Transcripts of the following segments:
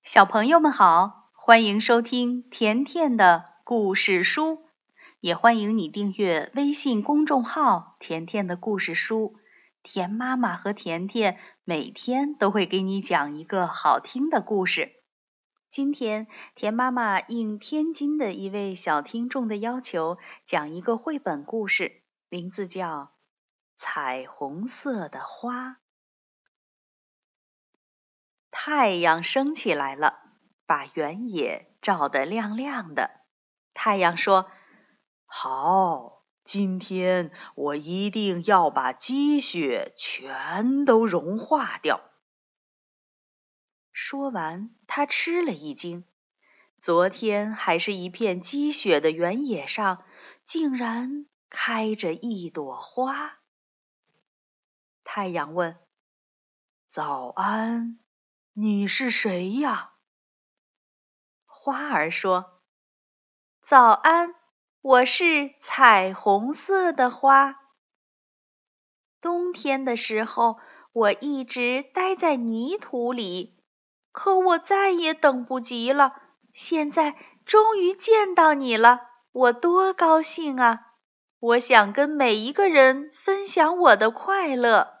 小朋友们好，欢迎收听甜甜的故事书，也欢迎你订阅微信公众号甜甜的故事书。甜妈妈和甜甜每天都会给你讲一个好听的故事。今天甜妈妈应天津的一位小听众的要求，讲一个绘本故事，名字叫《彩虹色的花》。太阳升起来了，把原野照得亮亮的。太阳说：好，今天我一定要把积雪全都融化掉。说完，他吃了一惊，昨天还是一片积雪的原野上，竟然开着一朵花。太阳问：早安，你是谁呀？花儿说：早安，我是彩虹色的花。冬天的时候，我一直待在泥土里，可我再也等不及了，现在终于见到你了，我多高兴啊！我想跟每一个人分享我的快乐。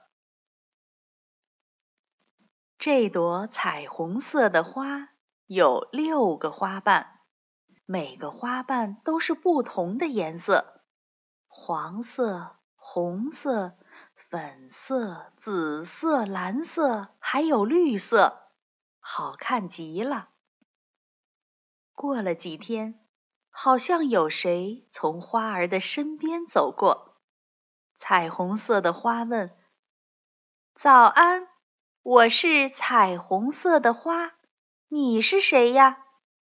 这朵彩虹色的花有6个花瓣，每个花瓣都是不同的颜色，黄色、红色、粉色、紫色、蓝色，还有绿色，好看极了。过了几天，好像有谁从花儿的身边走过。彩虹色的花问：早安，我是彩虹色的花，你是谁呀？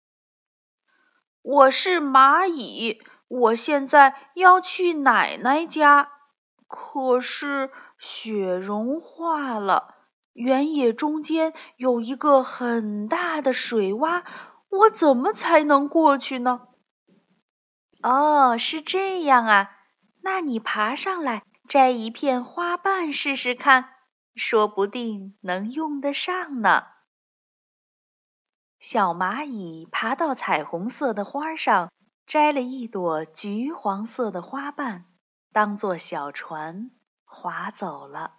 我是蚂蚁，我现在要去奶奶家，可是雪融化了，原野中间有一个很大的水洼，我怎么才能过去呢？哦，是这样啊，那你爬上来摘一片花瓣试试看，说不定能用得上呢。小蚂蚁爬到彩虹色的花上，摘了一朵橘黄色的花瓣，当作小船划走了。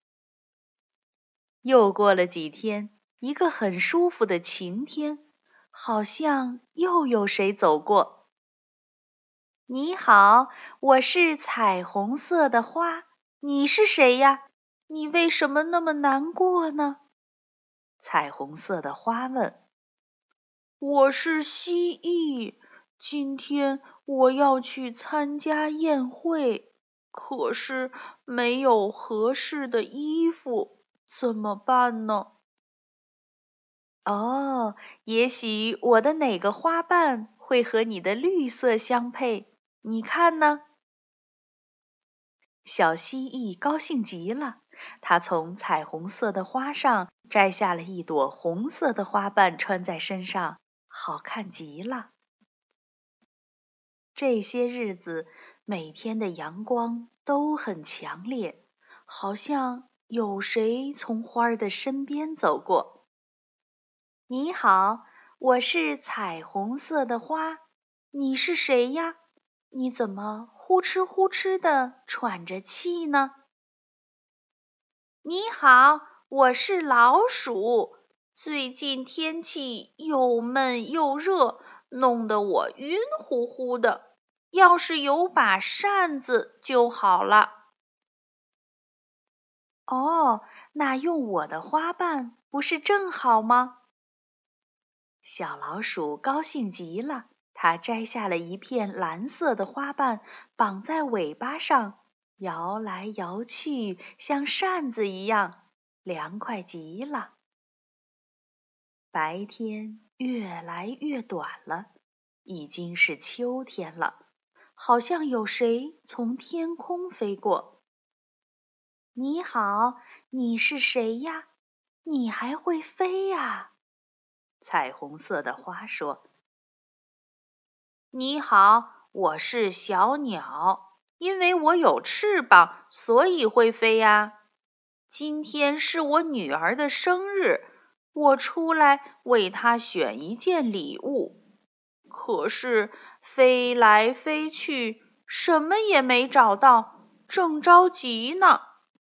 又过了几天，一个很舒服的晴天，好像又有谁走过。你好，我是彩虹色的花，你是谁呀？你为什么那么难过呢？彩虹色的花问。我是蜥蜴，今天我要去参加宴会，可是没有合适的衣服，怎么办呢？哦，也许我的哪个花瓣会和你的绿色相配，你看呢？小蜥蜴高兴极了，它从彩虹色的花上摘下了一朵红色的花瓣，穿在身上，好看极了。这些日子，每天的阳光都很强烈，好像有谁从花儿的身边走过。你好，我是彩虹色的花，你是谁呀？你怎么呼哧呼哧地喘着气呢？你好，我是老鼠，最近天气又闷又热，弄得我晕乎乎的，要是有把扇子就好了。哦，那用我的花瓣不是正好吗？小老鼠高兴极了，它摘下了一片蓝色的花瓣，绑在尾巴上，摇来摇去，像扇子一样，凉快极了。白天越来越短了，已经是秋天了，好像有谁从天空飞过。你好，你是谁呀？你还会飞呀？彩虹色的花说。你好，我是小鸟，因为我有翅膀，所以会飞呀。今天是我女儿的生日， 我出来为他选一件礼物，可是飞来飞去，什么也没找到，正着急呢。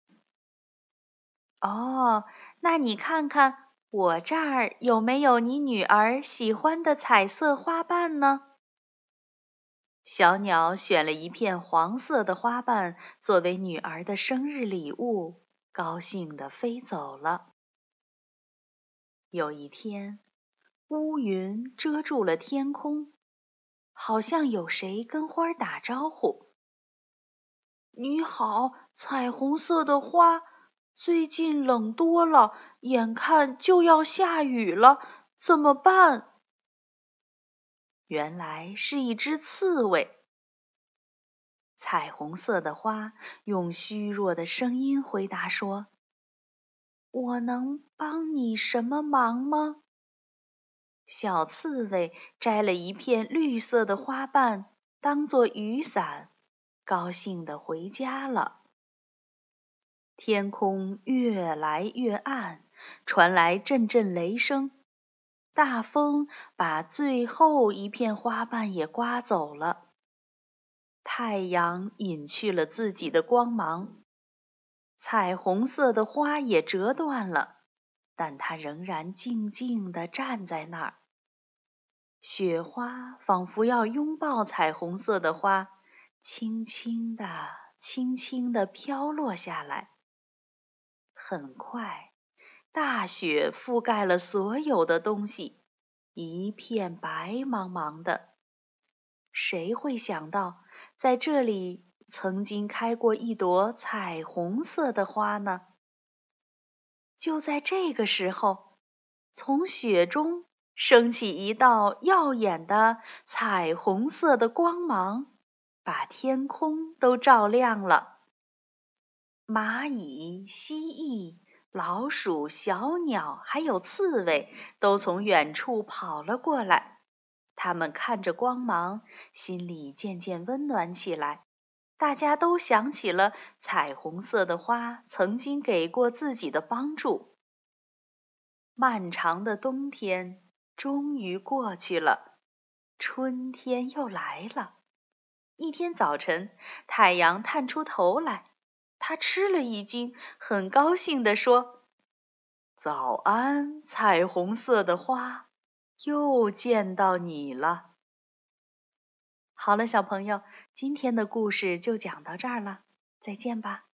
哦，那你看看我这儿有没有你女儿喜欢的彩色花瓣呢？小鸟选了一片黄色的花瓣作为女儿的生日礼物，高兴地飞走了。有一天，乌云遮住了天空，好像有谁跟花打招呼：“你好，彩虹色的花，最近冷多了，眼看就要下雨了，怎么办？”原来是一只刺猬。彩虹色的花用虚弱的声音回答说：“我能帮你什么忙吗？”小刺猬摘了一片绿色的花瓣当作雨伞，高兴地回家了。天空越来越暗，传来阵阵雷声，大风把最后一片花瓣也刮走了。太阳隐去了自己的光芒，彩虹色的花也折断了，但它仍然静静地站在那儿。雪花仿佛要拥抱彩虹色的花，轻轻地、轻轻地飘落下来。很快，大雪覆盖了所有的东西，一片白茫茫的。谁会想到，在这里曾经开过一朵彩虹色的花呢？就在这个时候，从雪中升起一道耀眼的彩虹色的光芒，把天空都照亮了。蚂蚁、蜥蜴、老鼠、小鸟还有刺猬都从远处跑了过来，它们看着光芒，心里渐渐温暖起来。大家都想起了彩虹色的花曾经给过自己的帮助。漫长的冬天终于过去了，春天又来了。一天早晨，太阳探出头来，他吃了一惊，很高兴地说：“早安，彩虹色的花，又见到你了。”好了，小朋友，今天的故事就讲到这儿了，再见吧。